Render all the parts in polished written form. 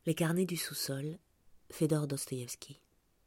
Les carnets du sous-sol, Fédor Dostoïevski.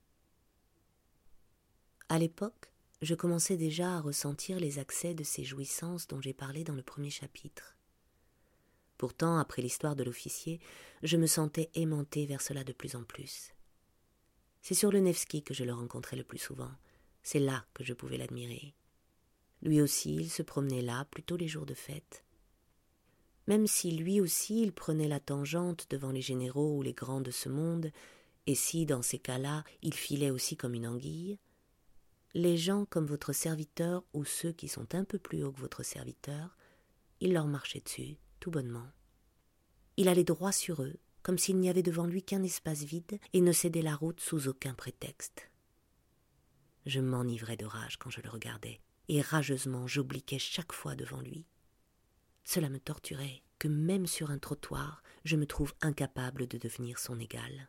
À l'époque, je commençais déjà à ressentir les accès de ces jouissances dont j'ai parlé dans le premier chapitre. Pourtant, après l'histoire de l'officier, je me sentais aimantée vers cela de plus en plus. C'est sur le Nevski que je le rencontrais le plus souvent. C'est là que je pouvais l'admirer. Lui aussi, il se promenait là, plutôt les jours de fête. Même si lui aussi, il prenait la tangente devant les généraux ou les grands de ce monde, et si, dans ces cas-là, il filait aussi comme une anguille, les gens comme votre serviteur ou ceux qui sont un peu plus hauts que votre serviteur, il leur marchait dessus, tout bonnement. Il allait droit sur eux, comme s'il n'y avait devant lui qu'un espace vide et ne cédait la route sous aucun prétexte. Je m'enivrais de rage quand je le regardais, et rageusement j'obliquais chaque fois devant lui. Cela me torturait que même sur un trottoir, je me trouve incapable de devenir son égal.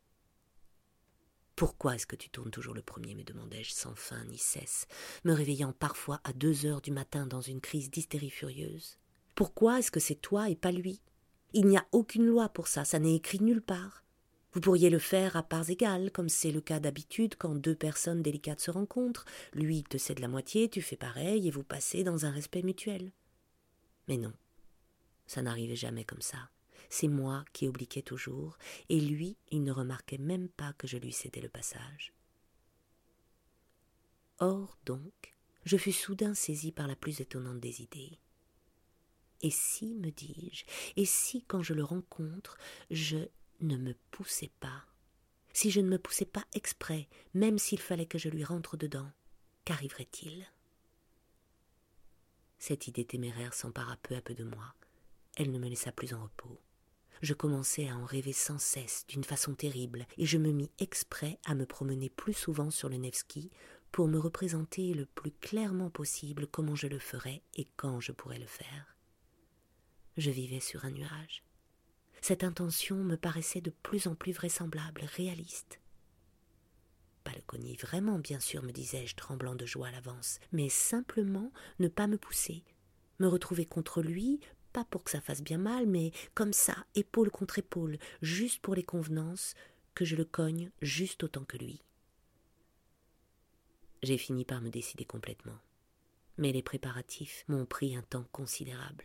« Pourquoi est-ce que tu tournes toujours le premier ?» me demandais-je sans fin ni cesse, me réveillant parfois à 2 heures du matin dans une crise d'hystérie furieuse. « Pourquoi est-ce que c'est toi et pas lui ? Il n'y a aucune loi pour ça, ça n'est écrit nulle part. Vous pourriez le faire à parts égales, comme c'est le cas d'habitude quand 2 personnes délicates se rencontrent. Lui te cède la moitié, tu fais pareil et vous passez dans un respect mutuel. » Mais non, ça n'arrivait jamais comme ça. C'est moi qui obliquais toujours, et lui, il ne remarquait même pas que je lui cédais le passage. Or, donc, je fus soudain saisie par la plus étonnante des idées. Et si, me dis-je, et si, quand je le rencontre, je ne me poussais pas, si je ne me poussais pas exprès, même s'il fallait que je lui rentre dedans, qu'arriverait-il ? Cette idée téméraire s'empara peu à peu de moi. Elle ne me laissa plus en repos. Je commençai à en rêver sans cesse, d'une façon terrible, et je me mis exprès à me promener plus souvent sur le Nevski pour me représenter le plus clairement possible comment je le ferais et quand je pourrais le faire. Je vivais sur un nuage. Cette intention me paraissait de plus en plus vraisemblable, réaliste. Pas le cogner vraiment, bien sûr, me disais-je, tremblant de joie à l'avance, mais simplement ne pas me pousser, me retrouver contre lui, pas pour que ça fasse bien mal, mais comme ça, épaule contre épaule, juste pour les convenances, que je le cogne juste autant que lui. J'ai fini par me décider complètement, mais les préparatifs m'ont pris un temps considérable.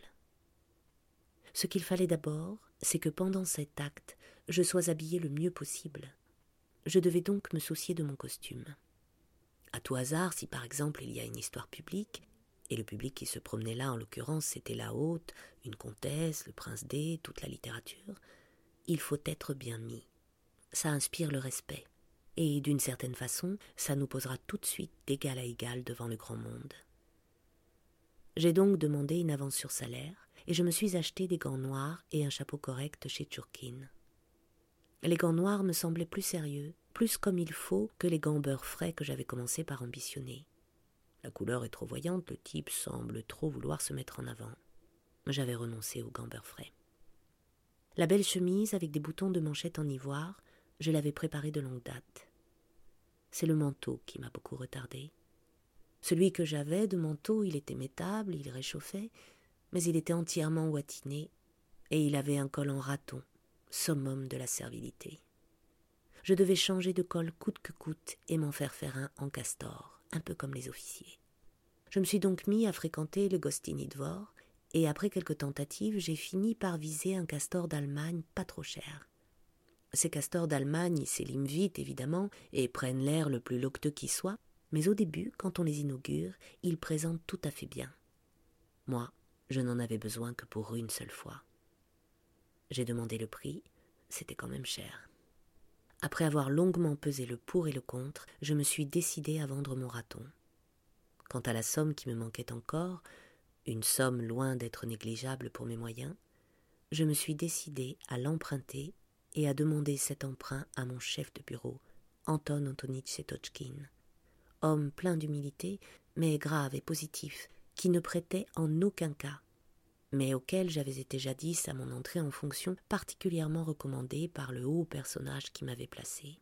Ce qu'il fallait d'abord, c'est que pendant cet acte, je sois habillée le mieux possible. Je devais donc me soucier de mon costume. À tout hasard, si par exemple il y a une histoire publique, et le public qui se promenait là, en l'occurrence, c'était la haute, une comtesse, le prince D, toute la littérature, il faut être bien mis. Ça inspire le respect, et d'une certaine façon, ça nous posera tout de suite d'égal à égal devant le grand monde. J'ai donc demandé une avance sur salaire, et je me suis acheté des gants noirs et un chapeau correct chez Tchourkine. Les gants noirs me semblaient plus sérieux, plus comme il faut que les gants beurre frais que j'avais commencé par ambitionner. La couleur est trop voyante, le type semble trop vouloir se mettre en avant. J'avais renoncé aux gants beurre frais. La belle chemise avec des boutons de manchette en ivoire, je l'avais préparée de longue date. C'est le manteau qui m'a beaucoup retardé. Celui que j'avais de manteau, il était mettable, il réchauffait, mais il était entièrement ouatiné, et il avait un col en raton, summum de la servilité. Je devais changer de col coûte que coûte et m'en faire un en castor, un peu comme les officiers. Je me suis donc mis à fréquenter le Gostiny Dvor, et après quelques tentatives, j'ai fini par viser un castor d'Allemagne pas trop cher. Ces castors d'Allemagne s'éliment vite, évidemment, et prennent l'air le plus loqueteux qui soit, mais au début, quand on les inaugure, ils présentent tout à fait bien. Moi, je n'en avais besoin que pour une seule fois. J'ai demandé le prix, c'était quand même cher. Après avoir longuement pesé le pour et le contre, je me suis décidée à vendre mon raton. Quant à la somme qui me manquait encore, une somme loin d'être négligeable pour mes moyens, je me suis décidée à l'emprunter et à demander cet emprunt à mon chef de bureau, Anton Antonitch Setochkine, homme plein d'humilité, mais grave et positif, qui ne prêtait en aucun cas, mais auquel j'avais été jadis à mon entrée en fonction particulièrement recommandé par le haut personnage qui m'avait placé.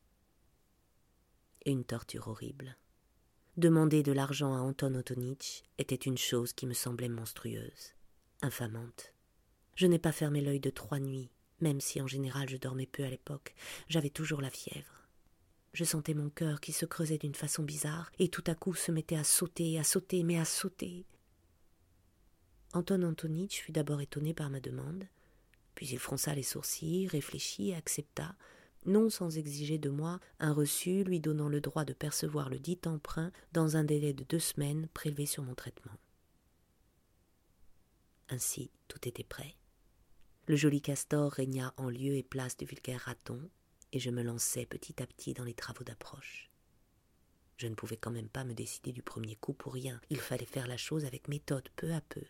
Une torture horrible. Demander de l'argent à Anton Antonitch était une chose qui me semblait monstrueuse, infamante. Je n'ai pas fermé l'œil de 3 nuits, même si en général je dormais peu à l'époque, j'avais toujours la fièvre. Je sentais mon cœur qui se creusait d'une façon bizarre et tout à coup se mettait à sauter, mais à sauter. Anton Antonitch fut d'abord étonné par ma demande, puis il fronça les sourcils, réfléchit et accepta, non sans exiger de moi un reçu lui donnant le droit de percevoir le dit emprunt dans un délai de 2 semaines prélevé sur mon traitement. Ainsi, tout était prêt. Le joli castor régna en lieu et place du vulgaire raton, et je me lançai petit à petit dans les travaux d'approche. Je ne pouvais quand même pas me décider du premier coup pour rien, il fallait faire la chose avec méthode, peu à peu.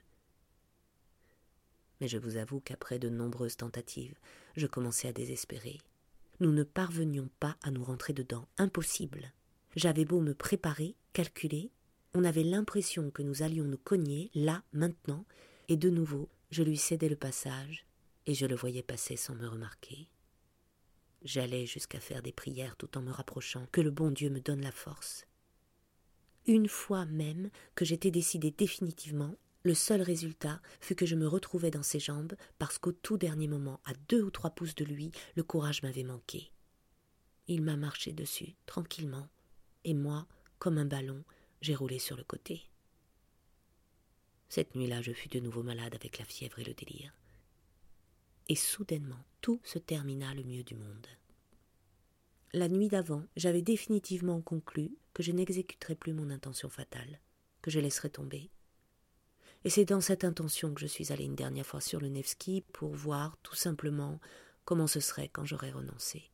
Mais je vous avoue qu'après de nombreuses tentatives, je commençais à désespérer. Nous ne parvenions pas à nous rentrer dedans, impossible. J'avais beau me préparer, calculer, on avait l'impression que nous allions nous cogner, là, maintenant, et de nouveau, je lui cédais le passage, et je le voyais passer sans me remarquer. J'allais jusqu'à faire des prières tout en me rapprochant, que le bon Dieu me donne la force. Une fois même que j'étais décidée définitivement, le seul résultat fut que je me retrouvais dans ses jambes parce qu'au tout dernier moment, à 2 ou 3 pouces de lui, le courage m'avait manqué. Il m'a marché dessus, tranquillement, et moi, comme un ballon, j'ai roulé sur le côté. Cette nuit-là, je fus de nouveau malade avec la fièvre et le délire. Et soudainement, tout se termina le mieux du monde. La nuit d'avant, j'avais définitivement conclu que je n'exécuterais plus mon intention fatale, que je laisserais tomber. Et c'est dans cette intention que je suis allée une dernière fois sur le Nevski pour voir, tout simplement, comment ce serait quand j'aurais renoncé.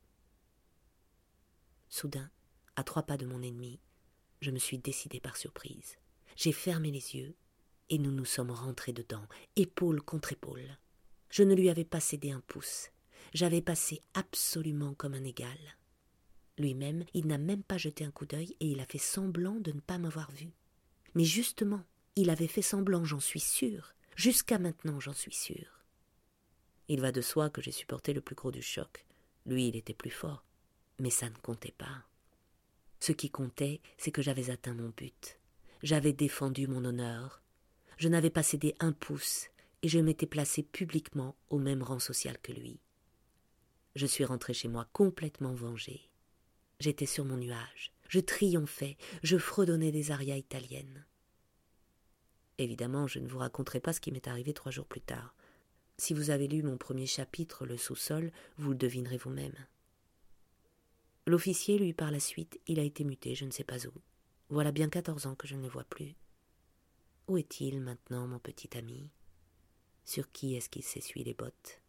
Soudain, à 3 pas de mon ennemi, je me suis décidée par surprise. J'ai fermé les yeux et nous nous sommes rentrés dedans, épaule contre épaule. Je ne lui avais pas cédé un pouce. J'avais passé absolument comme un égal. Lui-même, il n'a même pas jeté un coup d'œil et il a fait semblant de ne pas m'avoir vu. Mais justement, il avait fait semblant, j'en suis sûre. Jusqu'à maintenant, j'en suis sûre. Il va de soi que j'ai supporté le plus gros du choc. Lui, il était plus fort. Mais ça ne comptait pas. Ce qui comptait, c'est que j'avais atteint mon but. J'avais défendu mon honneur. Je n'avais pas cédé un pouce et je m'étais placée publiquement au même rang social que lui. Je suis rentrée chez moi complètement vengée. J'étais sur mon nuage. Je triomphais. Je fredonnais des arias italiennes. Évidemment, je ne vous raconterai pas ce qui m'est arrivé 3 jours plus tard. Si vous avez lu mon premier chapitre, Le sous-sol, vous le devinerez vous-même. L'officier, lui, par la suite, il a été muté, je ne sais pas où. Voilà bien 14 ans que je ne le vois plus. Où est-il maintenant, mon petit ami? Sur qui est-ce qu'il s'essuie les bottes?